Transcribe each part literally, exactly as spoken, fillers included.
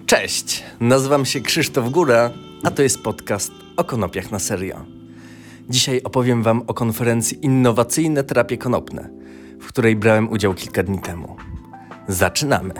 Cześć, nazywam się Krzysztof Góra, a to jest podcast o konopiach na serio. Dzisiaj opowiem wam o konferencji Innowacyjne terapie konopne, w której brałem udział kilka dni temu. Zaczynamy!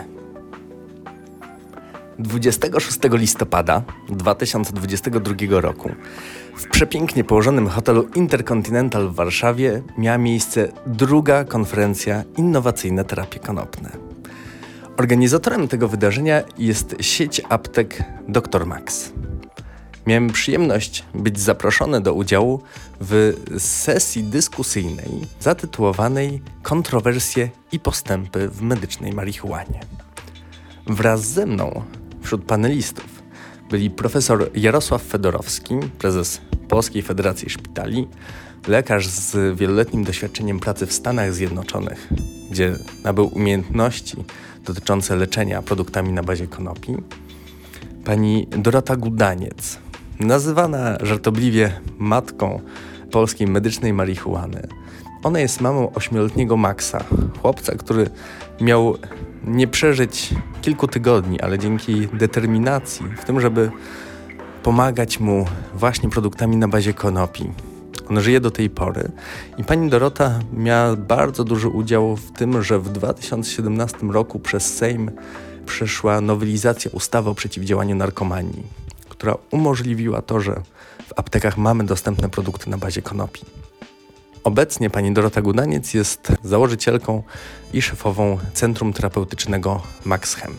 dwudziestego szóstego listopada dwa tysiące dwudziestego drugiego roku w przepięknie położonym hotelu Intercontinental w Warszawie miała miejsce druga konferencja Innowacyjne terapie konopne. Organizatorem tego wydarzenia jest sieć aptek doktor Max. Miałem przyjemność być zaproszony do udziału w sesji dyskusyjnej zatytułowanej Kontrowersje i postępy w medycznej marihuanie. Wraz ze mną wśród panelistów byli profesor Jarosław Fedorowski, prezes Polskiej Federacji Szpitali, lekarz z wieloletnim doświadczeniem pracy w Stanach Zjednoczonych, gdzie nabył umiejętności dotyczące leczenia produktami na bazie konopi, pani Dorota Gudaniec, nazywana żartobliwie matką polskiej medycznej marihuany. Ona jest mamą ośmioletniego Maxa, chłopca, który miał nie przeżyć kilku tygodni, ale dzięki determinacji w tym, żeby pomagać mu właśnie produktami na bazie konopi. On żyje do tej pory i pani Dorota miała bardzo duży udział w tym, że w dwa tysiące siedemnastym roku przez Sejm przeszła nowelizacja ustawy o przeciwdziałaniu narkomanii, która umożliwiła to, że w aptekach mamy dostępne produkty na bazie konopi. Obecnie pani Dorota Gudaniec jest założycielką i szefową Centrum Terapeutycznego Max Hemp.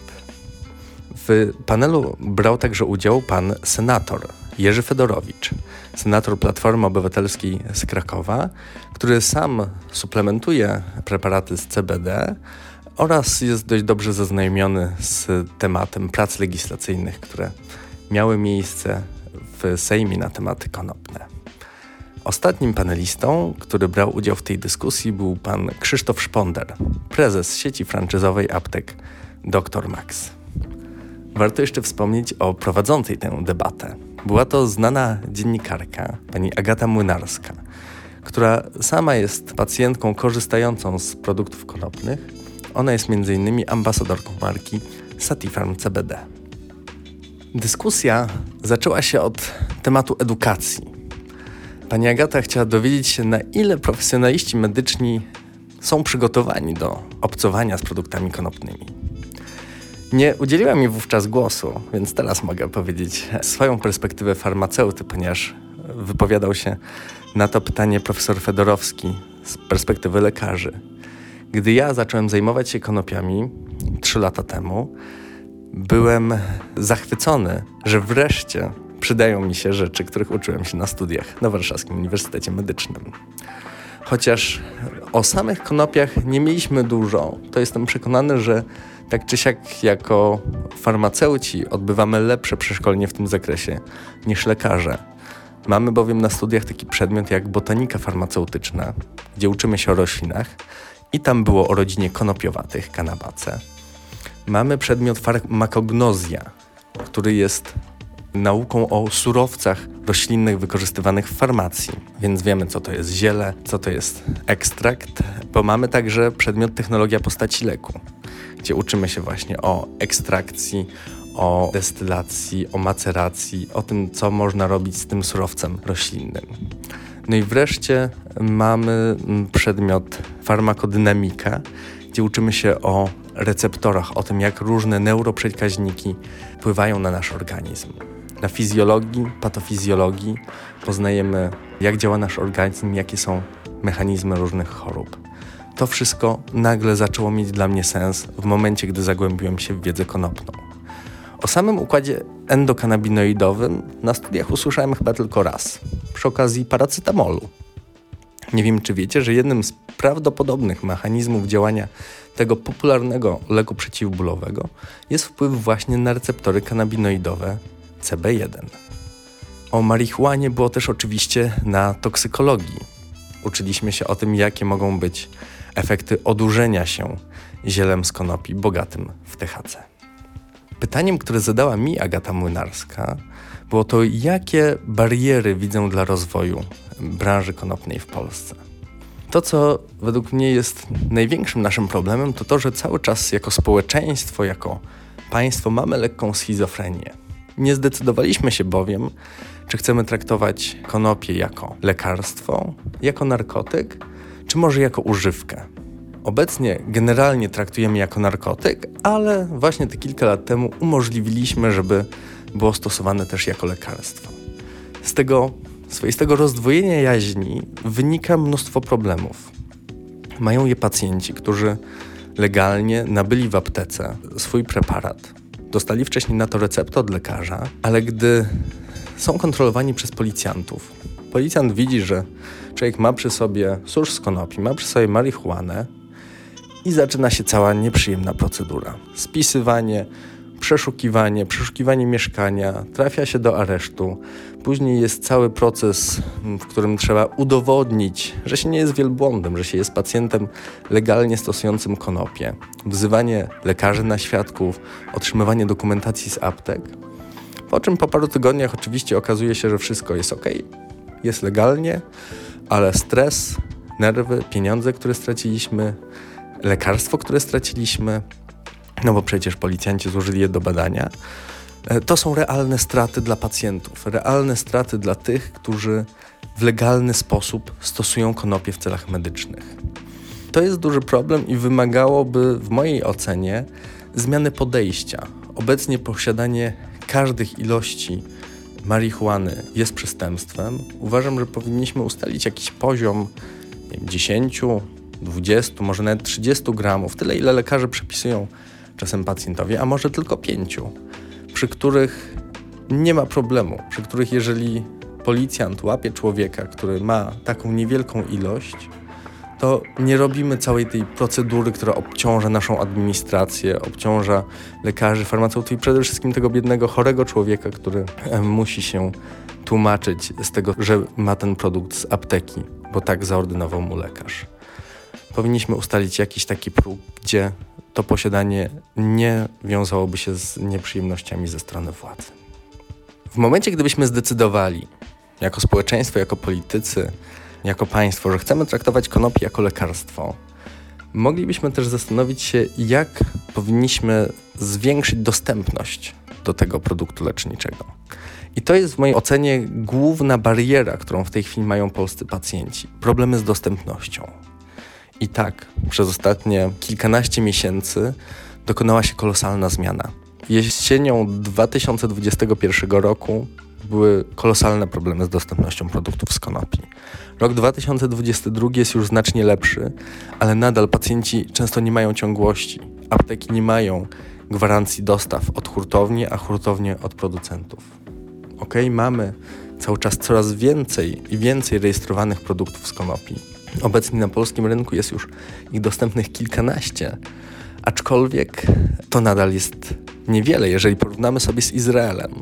W panelu brał także udział pan senator Jerzy Fedorowicz, senator Platformy Obywatelskiej z Krakowa, który sam suplementuje preparaty z C B D oraz jest dość dobrze zaznajomiony z tematem prac legislacyjnych, które miały miejsce w Sejmie na tematy konopne. Ostatnim panelistą, który brał udział w tej dyskusji, był pan Krzysztof Szponder, prezes sieci franczyzowej aptek doktor Max. Warto jeszcze wspomnieć o prowadzącej tę debatę. Była to znana dziennikarka, pani Agata Młynarska, która sama jest pacjentką korzystającą z produktów konopnych. Ona jest między innymi ambasadorką marki Satifarm C B D. Dyskusja zaczęła się od tematu edukacji. Pani Agata chciała dowiedzieć się, na ile profesjonaliści medyczni są przygotowani do obcowania z produktami konopnymi. Nie udzieliła mi wówczas głosu, więc teraz mogę powiedzieć swoją perspektywę farmaceuty, ponieważ wypowiadał się na to pytanie profesor Fedorowski z perspektywy lekarzy. Gdy ja zacząłem zajmować się konopiami trzy lata temu, byłem zachwycony, że wreszcie przydają mi się rzeczy, których uczyłem się na studiach na Warszawskim Uniwersytecie Medycznym. Chociaż o samych konopiach nie mieliśmy dużo, to jestem przekonany, że tak czy siak jako farmaceuci odbywamy lepsze przeszkolenie w tym zakresie niż lekarze. Mamy bowiem na studiach taki przedmiot jak botanika farmaceutyczna, gdzie uczymy się o roślinach i tam było o rodzinie konopiowatych, Cannabaceae. Mamy przedmiot farmakognozja, który jest nauką o surowcach roślinnych wykorzystywanych w farmacji, więc wiemy, co to jest ziele, co to jest ekstrakt, bo mamy także przedmiot technologia postaci leku, gdzie uczymy się właśnie o ekstrakcji, o destylacji, o maceracji, o tym, co można robić z tym surowcem roślinnym. No i wreszcie mamy przedmiot farmakodynamika, gdzie uczymy się o receptorach, o tym, jak różne neuroprzekaźniki wpływają na nasz organizm. Na fizjologii, patofizjologii poznajemy, jak działa nasz organizm, jakie są mechanizmy różnych chorób. To wszystko nagle zaczęło mieć dla mnie sens w momencie, gdy zagłębiłem się w wiedzę konopną. O samym układzie endokannabinoidowym na studiach usłyszałem chyba tylko raz, przy okazji paracetamolu. Nie wiem, czy wiecie, że jednym z prawdopodobnych mechanizmów działania tego popularnego leku przeciwbólowego jest wpływ właśnie na receptory kannabinoidowe C B jeden. O marihuanie było też oczywiście na toksykologii. Uczyliśmy się o tym, jakie mogą być efekty odurzenia się zielem z konopi bogatym w T H C. Pytaniem, które zadała mi Agata Młynarska, było to, jakie bariery widzę dla rozwoju branży konopnej w Polsce. To, co według mnie jest największym naszym problemem, to to, że cały czas jako społeczeństwo, jako państwo mamy lekką schizofrenię. Nie zdecydowaliśmy się bowiem, czy chcemy traktować konopie jako lekarstwo, jako narkotyk, czy może jako używkę. Obecnie generalnie traktujemy jako narkotyk, ale właśnie te kilka lat temu umożliwiliśmy, żeby było stosowane też jako lekarstwo. Z tego swoistego rozdwojenia jaźni wynika mnóstwo problemów. Mają je pacjenci, którzy legalnie nabyli w aptece swój preparat. Dostali wcześniej na to receptę od lekarza, ale gdy są kontrolowani przez policjantów, policjant widzi, że człowiek ma przy sobie susz z konopi, ma przy sobie marihuanę i zaczyna się cała nieprzyjemna procedura. Spisywanie, przeszukiwanie, przeszukiwanie mieszkania, trafia się do aresztu. Później jest cały proces, w którym trzeba udowodnić, że się nie jest wielbłądem, że się jest pacjentem legalnie stosującym konopie. Wzywanie lekarzy na świadków, otrzymywanie dokumentacji z aptek. Po czym po paru tygodniach oczywiście okazuje się, że wszystko jest ok, jest legalnie, ale stres, nerwy, pieniądze, które straciliśmy, lekarstwo, które straciliśmy, no bo przecież policjanci zużyli je do badania, to są realne straty dla pacjentów, realne straty dla tych, którzy w legalny sposób stosują konopie w celach medycznych. To jest duży problem i wymagałoby w mojej ocenie zmiany podejścia. Obecnie posiadanie każdych ilości marihuany jest przestępstwem. Uważam, że powinniśmy ustalić jakiś poziom nie wiem, dziesięć, dwadzieścia, może nawet trzydzieści gramów, tyle ile lekarze przepisują czasem pacjentowi, a może tylko pięciu, przy których nie ma problemu, przy których jeżeli policjant łapie człowieka, który ma taką niewielką ilość, to nie robimy całej tej procedury, która obciąża naszą administrację, obciąża lekarzy, farmaceutów i przede wszystkim tego biednego, chorego człowieka, który musi się tłumaczyć z tego, że ma ten produkt z apteki, bo tak zaordynował mu lekarz. Powinniśmy ustalić jakiś taki próg, gdzie to posiadanie nie wiązałoby się z nieprzyjemnościami ze strony władzy. W momencie, gdybyśmy zdecydowali, jako społeczeństwo, jako politycy, jako państwo, że chcemy traktować konopie jako lekarstwo, moglibyśmy też zastanowić się, jak powinniśmy zwiększyć dostępność do tego produktu leczniczego. I to jest w mojej ocenie główna bariera, którą w tej chwili mają polscy pacjenci. Problemy z dostępnością. I tak, przez ostatnie kilkanaście miesięcy dokonała się kolosalna zmiana. Jesienią dwa tysiące dwudziestego pierwszego roku były kolosalne problemy z dostępnością produktów z konopi. Rok dwa tysiące dwudziesty drugi jest już znacznie lepszy, ale nadal pacjenci często nie mają ciągłości. Apteki nie mają gwarancji dostaw od hurtowni, a hurtownie od producentów. Okej, okay, mamy cały czas coraz więcej i więcej rejestrowanych produktów z konopi. Obecnie na polskim rynku jest już ich dostępnych kilkanaście, aczkolwiek to nadal jest niewiele, jeżeli porównamy sobie z Izraelem,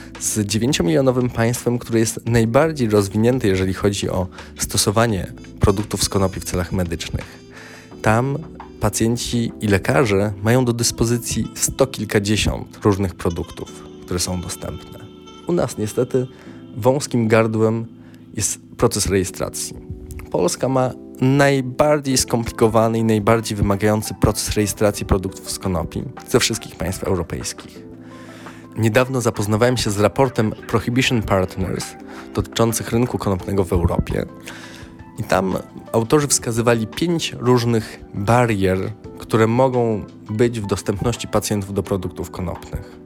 z dziewięciomilionowym państwem, które jest najbardziej rozwinięte, jeżeli chodzi o stosowanie produktów z konopi w celach medycznych. Tam pacjenci i lekarze mają do dyspozycji sto kilkadziesiąt różnych produktów, które są dostępne. U nas niestety wąskim gardłem jest proces rejestracji. Polska ma najbardziej skomplikowany i najbardziej wymagający proces rejestracji produktów z konopi ze wszystkich państw europejskich. Niedawno zapoznawałem się z raportem Prohibition Partners dotyczących rynku konopnego w Europie i tam autorzy wskazywali pięć różnych barier, które mogą być w dostępności pacjentów do produktów konopnych.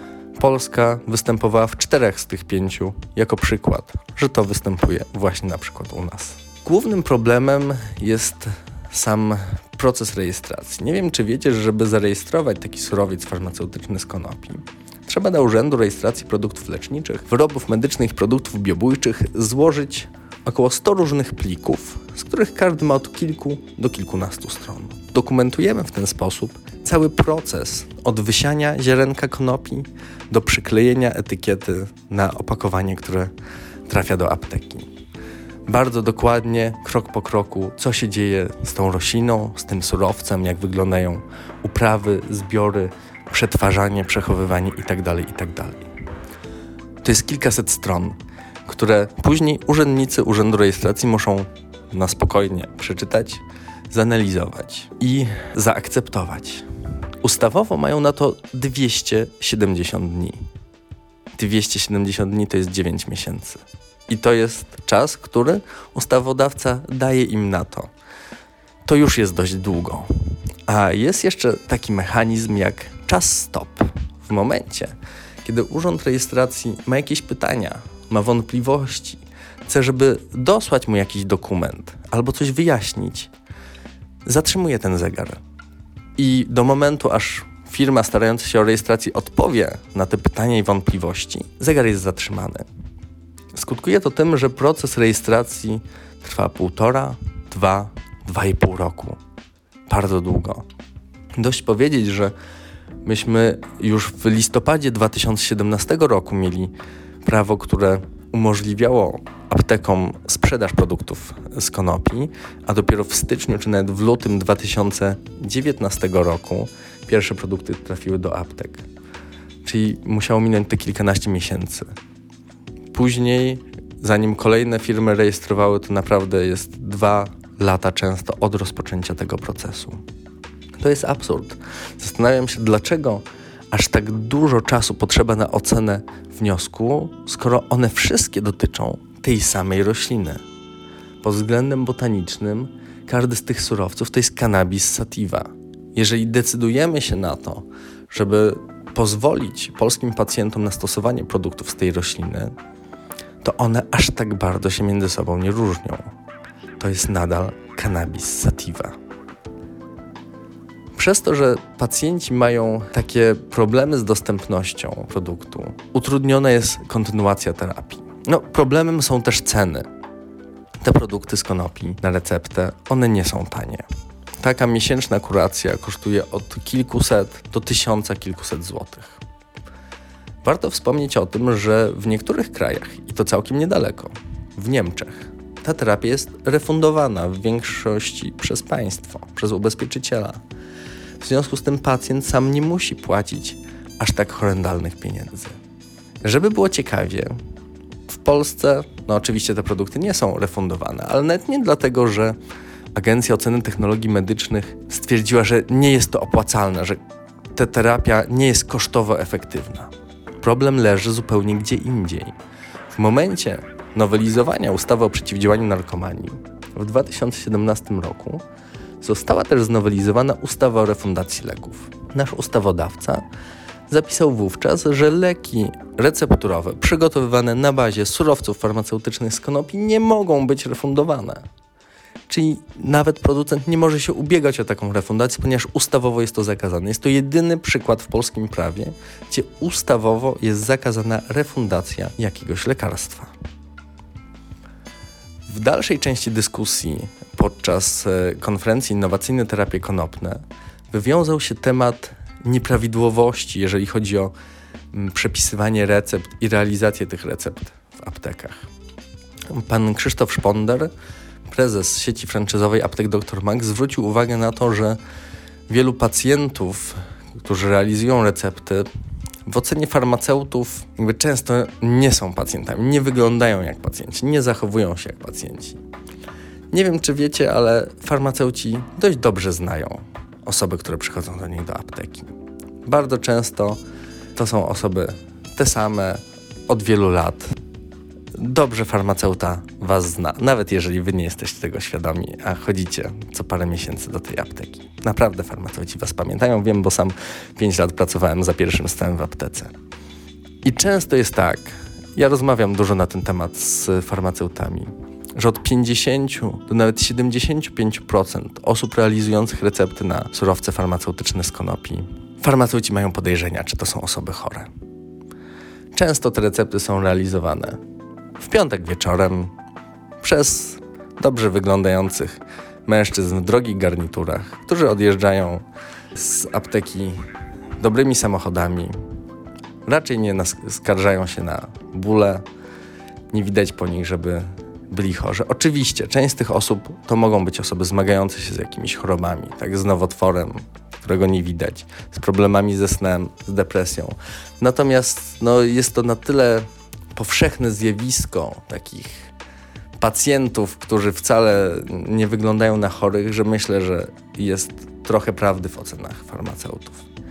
Polska występowała w czterech z tych pięciu jako przykład, że to występuje właśnie na przykład u nas. Głównym problemem jest sam proces rejestracji. Nie wiem, czy wiecie, że żeby zarejestrować taki surowiec farmaceutyczny z konopi, trzeba do Urzędu Rejestracji Produktów Leczniczych, Wyrobów Medycznych i Produktów Biobójczych złożyć około sto różnych plików, z których każdy ma od kilku do kilkunastu stron. Dokumentujemy w ten sposób cały proces od wysiania ziarenka konopi do przyklejenia etykiety na opakowanie, które trafia do apteki. Bardzo dokładnie, krok po kroku, co się dzieje z tą rośliną, z tym surowcem, jak wyglądają uprawy, zbiory, przetwarzanie, przechowywanie itd., itd. To jest kilkaset stron, które później urzędnicy Urzędu Rejestracji muszą na spokojnie przeczytać, zanalizować i zaakceptować. Ustawowo mają na to dwieście siedemdziesiąt dni. dwieście siedemdziesiąt dni to jest dziewięć miesięcy. I to jest czas, który ustawodawca daje im na to. To już jest dość długo. A jest jeszcze taki mechanizm jak czas stop. W momencie, kiedy Urząd Rejestracji ma jakieś pytania, ma wątpliwości, chce, żeby dosłać mu jakiś dokument albo coś wyjaśnić, zatrzymuje ten zegar. I do momentu, aż firma starająca się o rejestrację odpowie na te pytania i wątpliwości, zegar jest zatrzymany. Skutkuje to tym, że proces rejestracji trwa półtora, dwa, dwa i pół roku. Bardzo długo. Dość powiedzieć, że myśmy już w listopadzie dwa tysiące siedemnastego roku mieli prawo, które umożliwiało aptekom sprzedaż produktów z konopi, a dopiero w styczniu czy nawet w lutym dwa tysiące dziewiętnastego roku pierwsze produkty trafiły do aptek. Czyli musiało minąć te kilkanaście miesięcy. Później, zanim kolejne firmy rejestrowały, to naprawdę jest dwa lata często od rozpoczęcia tego procesu. To jest absurd. Zastanawiam się, dlaczego aż tak dużo czasu potrzeba na ocenę wniosku, skoro one wszystkie dotyczą tej samej rośliny. Pod względem botanicznym każdy z tych surowców to jest cannabis sativa. Jeżeli decydujemy się na to, żeby pozwolić polskim pacjentom na stosowanie produktów z tej rośliny, to one aż tak bardzo się między sobą nie różnią. To jest nadal cannabis sativa. Przez to, że pacjenci mają takie problemy z dostępnością produktu, utrudniona jest kontynuacja terapii. No, problemem są też ceny. Te produkty z konopi na receptę, one nie są tanie. Taka miesięczna kuracja kosztuje od kilkuset do tysiąca kilkuset złotych. Warto wspomnieć o tym, że w niektórych krajach, i to całkiem niedaleko, w Niemczech, ta terapia jest refundowana w większości przez państwo, przez ubezpieczyciela. W związku z tym pacjent sam nie musi płacić aż tak horrendalnych pieniędzy. Żeby było ciekawie, w Polsce, no oczywiście te produkty nie są refundowane, ale nawet nie dlatego, że Agencja Oceny Technologii Medycznych stwierdziła, że nie jest to opłacalne, że ta terapia nie jest kosztowo efektywna. Problem leży zupełnie gdzie indziej. W momencie nowelizowania ustawy o przeciwdziałaniu narkomanii w dwa tysiące siedemnastym roku została też znowelizowana ustawa o refundacji leków. Nasz ustawodawca zapisał wówczas, że leki recepturowe przygotowywane na bazie surowców farmaceutycznych z konopi nie mogą być refundowane. Czyli nawet producent nie może się ubiegać o taką refundację, ponieważ ustawowo jest to zakazane. Jest to jedyny przykład w polskim prawie, gdzie ustawowo jest zakazana refundacja jakiegoś lekarstwa. W dalszej części dyskusji podczas konferencji Innowacyjne terapie konopne wywiązał się temat nieprawidłowości, jeżeli chodzi o przepisywanie recept i realizację tych recept w aptekach. Pan Krzysztof Szponder, prezes sieci franczyzowej Aptek doktor Max, zwrócił uwagę na to, że wielu pacjentów, którzy realizują recepty, w ocenie farmaceutów jakby często nie są pacjentami, nie wyglądają jak pacjenci, nie zachowują się jak pacjenci. Nie wiem, czy wiecie, ale farmaceuci dość dobrze znają osoby, które przychodzą do nich do apteki. Bardzo często to są osoby te same od wielu lat. Dobrze farmaceuta was zna, nawet jeżeli wy nie jesteście tego świadomi, a chodzicie co parę miesięcy do tej apteki. Naprawdę farmaceuci was pamiętają, wiem, bo sam pięć lat pracowałem za pierwszym stołem w aptece. I często jest tak, ja rozmawiam dużo na ten temat z farmaceutami, że od pięćdziesięciu do nawet siedemdziesięciu pięciu procent osób realizujących recepty na surowce farmaceutyczne z konopi, farmaceuci mają podejrzenia, czy to są osoby chore. Często te recepty są realizowane w piątek wieczorem przez dobrze wyglądających mężczyzn w drogich garniturach, którzy odjeżdżają z apteki dobrymi samochodami. Raczej nie skarżają się na bóle, nie widać po nich, żeby byli chorzy. Oczywiście część z tych osób to mogą być osoby zmagające się z jakimiś chorobami, tak z nowotworem, którego nie widać, z problemami ze snem, z depresją. Natomiast no, jest to na tyle powszechne zjawisko takich pacjentów, którzy wcale nie wyglądają na chorych, że myślę, że jest trochę prawdy w ocenach farmaceutów.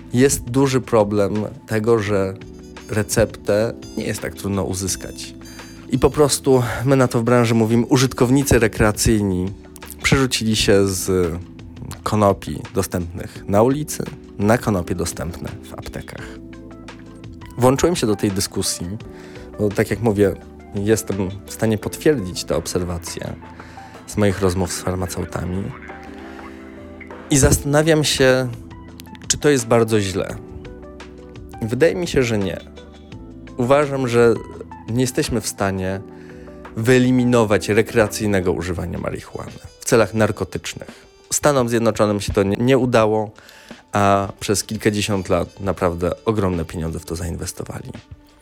jest duży problem tego, że receptę nie jest tak trudno uzyskać. I po prostu my na to w branży mówimy, użytkownicy rekreacyjni przerzucili się z konopi dostępnych na ulicy na konopie dostępne w aptekach. Włączyłem się do tej dyskusji, bo tak jak mówię, jestem w stanie potwierdzić te obserwacje z moich rozmów z farmaceutami i zastanawiam się, czy to jest bardzo źle. Wydaje mi się, że nie. Uważam, że nie jesteśmy w stanie wyeliminować rekreacyjnego używania marihuany w celach narkotycznych. Stanom Zjednoczonym się to nie, nie udało, a przez kilkadziesiąt lat naprawdę ogromne pieniądze w to zainwestowali.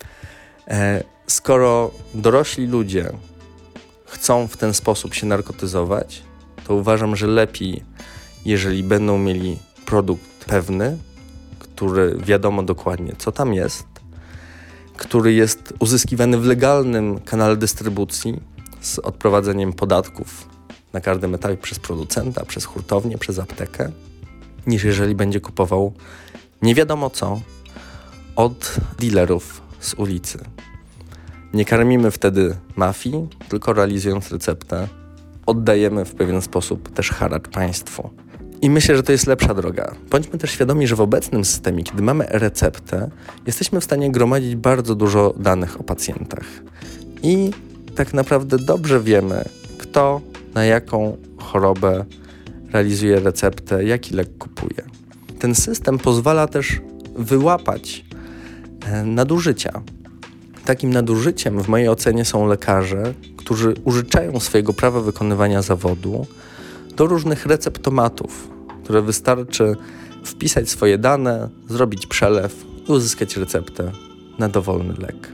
E, skoro dorośli ludzie chcą w ten sposób się narkotyzować, to uważam, że lepiej, jeżeli będą mieli produkt pewny, który wiadomo dokładnie, co tam jest, który jest uzyskiwany w legalnym kanale dystrybucji z odprowadzeniem podatków na każdym etapie przez producenta, przez hurtownię, przez aptekę, niż jeżeli będzie kupował nie wiadomo co od dealerów z ulicy. Nie karmimy wtedy mafii, tylko realizując receptę oddajemy w pewien sposób też haracz państwu. I myślę, że to jest lepsza droga. Bądźmy też świadomi, że w obecnym systemie, kiedy mamy receptę, jesteśmy w stanie gromadzić bardzo dużo danych o pacjentach. I tak naprawdę dobrze wiemy, kto na jaką chorobę realizuje receptę, jaki lek kupuje. Ten system pozwala też wyłapać nadużycia. Takim nadużyciem w mojej ocenie są lekarze, którzy użyczają swojego prawa wykonywania zawodu do różnych receptomatów, które wystarczy wpisać swoje dane, zrobić przelew i uzyskać receptę na dowolny lek.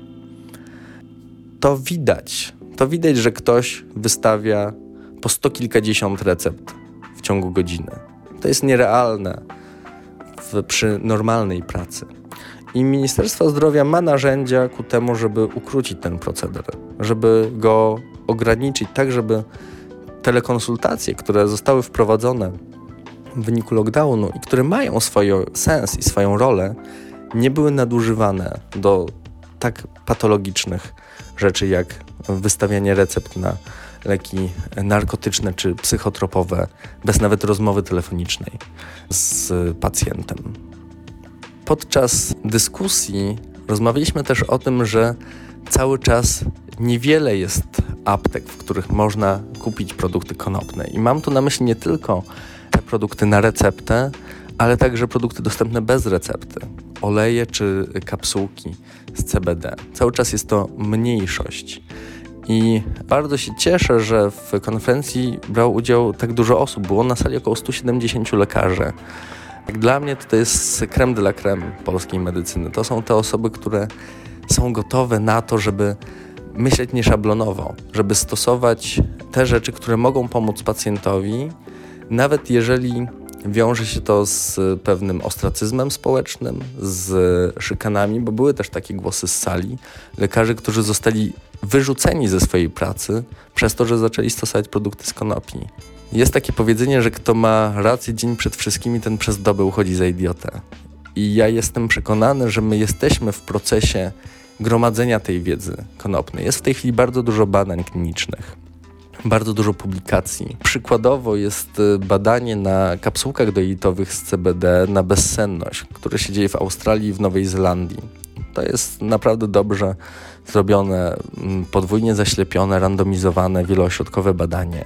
To widać. To widać, że ktoś wystawia po sto kilkadziesiąt recept w ciągu godziny. To jest nierealne w, przy normalnej pracy. I Ministerstwo Zdrowia ma narzędzia ku temu, żeby ukrócić ten proceder, żeby go ograniczyć tak, żeby telekonsultacje, które zostały wprowadzone w wyniku lockdownu i które mają swój sens i swoją rolę, nie były nadużywane do tak patologicznych rzeczy jak wystawianie recept na leki narkotyczne czy psychotropowe bez nawet rozmowy telefonicznej z pacjentem. Podczas dyskusji rozmawialiśmy też o tym, że cały czas niewiele jest aptek, w których można kupić produkty konopne. I mam tu na myśli nie tylko te produkty na receptę, ale także produkty dostępne bez recepty. Oleje czy kapsułki z C B D. Cały czas jest to mniejszość. I bardzo się cieszę, że w konferencji brało udział tak dużo osób. Było na sali około sto siedemdziesięciu lekarzy. Jak dla mnie to jest crème de la crème polskiej medycyny. To są te osoby, które są gotowe na to, żeby myśleć nieszablonowo, żeby stosować te rzeczy, które mogą pomóc pacjentowi, nawet jeżeli wiąże się to z pewnym ostracyzmem społecznym, z szykanami, bo były też takie głosy z sali, lekarzy, którzy zostali wyrzuceni ze swojej pracy przez to, że zaczęli stosować produkty z konopi. Jest takie powiedzenie, że kto ma rację dzień przed wszystkimi, ten przez dobę uchodzi za idiotę. I ja jestem przekonany, że my jesteśmy w procesie gromadzenia tej wiedzy konopnej. Jest w tej chwili bardzo dużo badań klinicznych, bardzo dużo publikacji. Przykładowo jest badanie na kapsułkach dojelitowych z C B D na bezsenność, które się dzieje w Australii i w Nowej Zelandii. To jest naprawdę dobrze zrobione, podwójnie zaślepione, randomizowane, wieloośrodkowe badanie.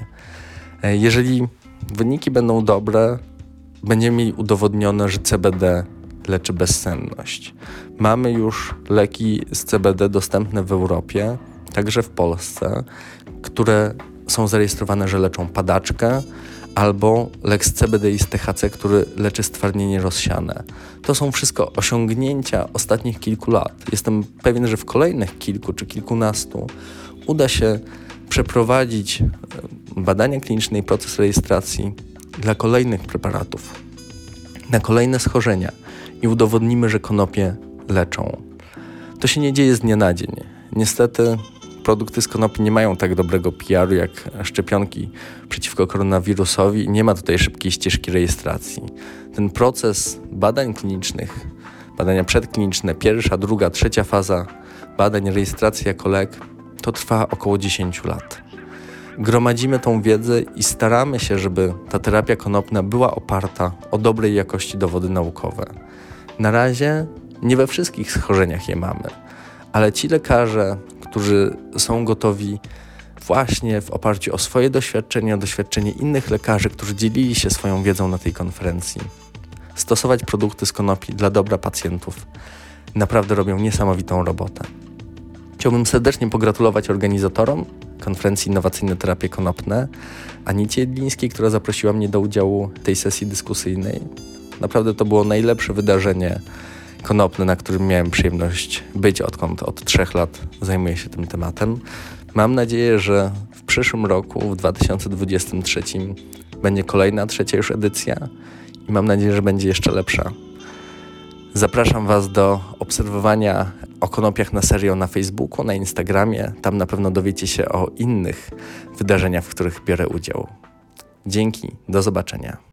Jeżeli wyniki będą dobre, będziemy mieli udowodnione, że C B D leczy bezsenność. Mamy już leki z C B D dostępne w Europie, także w Polsce, które są zarejestrowane, że leczą padaczkę, albo lek z C B D i z T H C, który leczy stwardnienie rozsiane. To są wszystko osiągnięcia ostatnich kilku lat. Jestem pewien, że w kolejnych kilku czy kilkunastu uda się przeprowadzić badania kliniczne i proces rejestracji dla kolejnych preparatów, na kolejne schorzenia i udowodnimy, że konopie leczą. To się nie dzieje z dnia na dzień. Niestety produkty z konopi nie mają tak dobrego P R u jak szczepionki przeciwko koronawirusowi i nie ma tutaj szybkiej ścieżki rejestracji. Ten proces badań klinicznych, badania przedkliniczne, pierwsza, druga, trzecia faza badań, rejestracji jako lek, to trwa około dziesięć lat. Gromadzimy tą wiedzę i staramy się, żeby ta terapia konopna była oparta o dobrej jakości dowody naukowe. Na razie nie we wszystkich schorzeniach je mamy, ale ci lekarze, którzy są gotowi właśnie w oparciu o swoje doświadczenia, o doświadczenie innych lekarzy, którzy dzielili się swoją wiedzą na tej konferencji, stosować produkty z konopi dla dobra pacjentów, naprawdę robią niesamowitą robotę. Chciałbym serdecznie pogratulować organizatorom konferencji Innowacyjne Terapie Konopne, Anicie Jedlińskiej, która zaprosiła mnie do udziału w tej sesji dyskusyjnej. Naprawdę to było najlepsze wydarzenie konopne, na którym miałem przyjemność być, odkąd od trzech lat zajmuję się tym tematem. Mam nadzieję, że w przyszłym roku, w dwa tysiące dwudziestym trzecim, będzie kolejna, trzecia już edycja i mam nadzieję, że będzie jeszcze lepsza. Zapraszam Was do obserwowania o konopiach na serio na Facebooku, na Instagramie. Tam na pewno dowiecie się o innych wydarzeniach, w których biorę udział. Dzięki, do zobaczenia.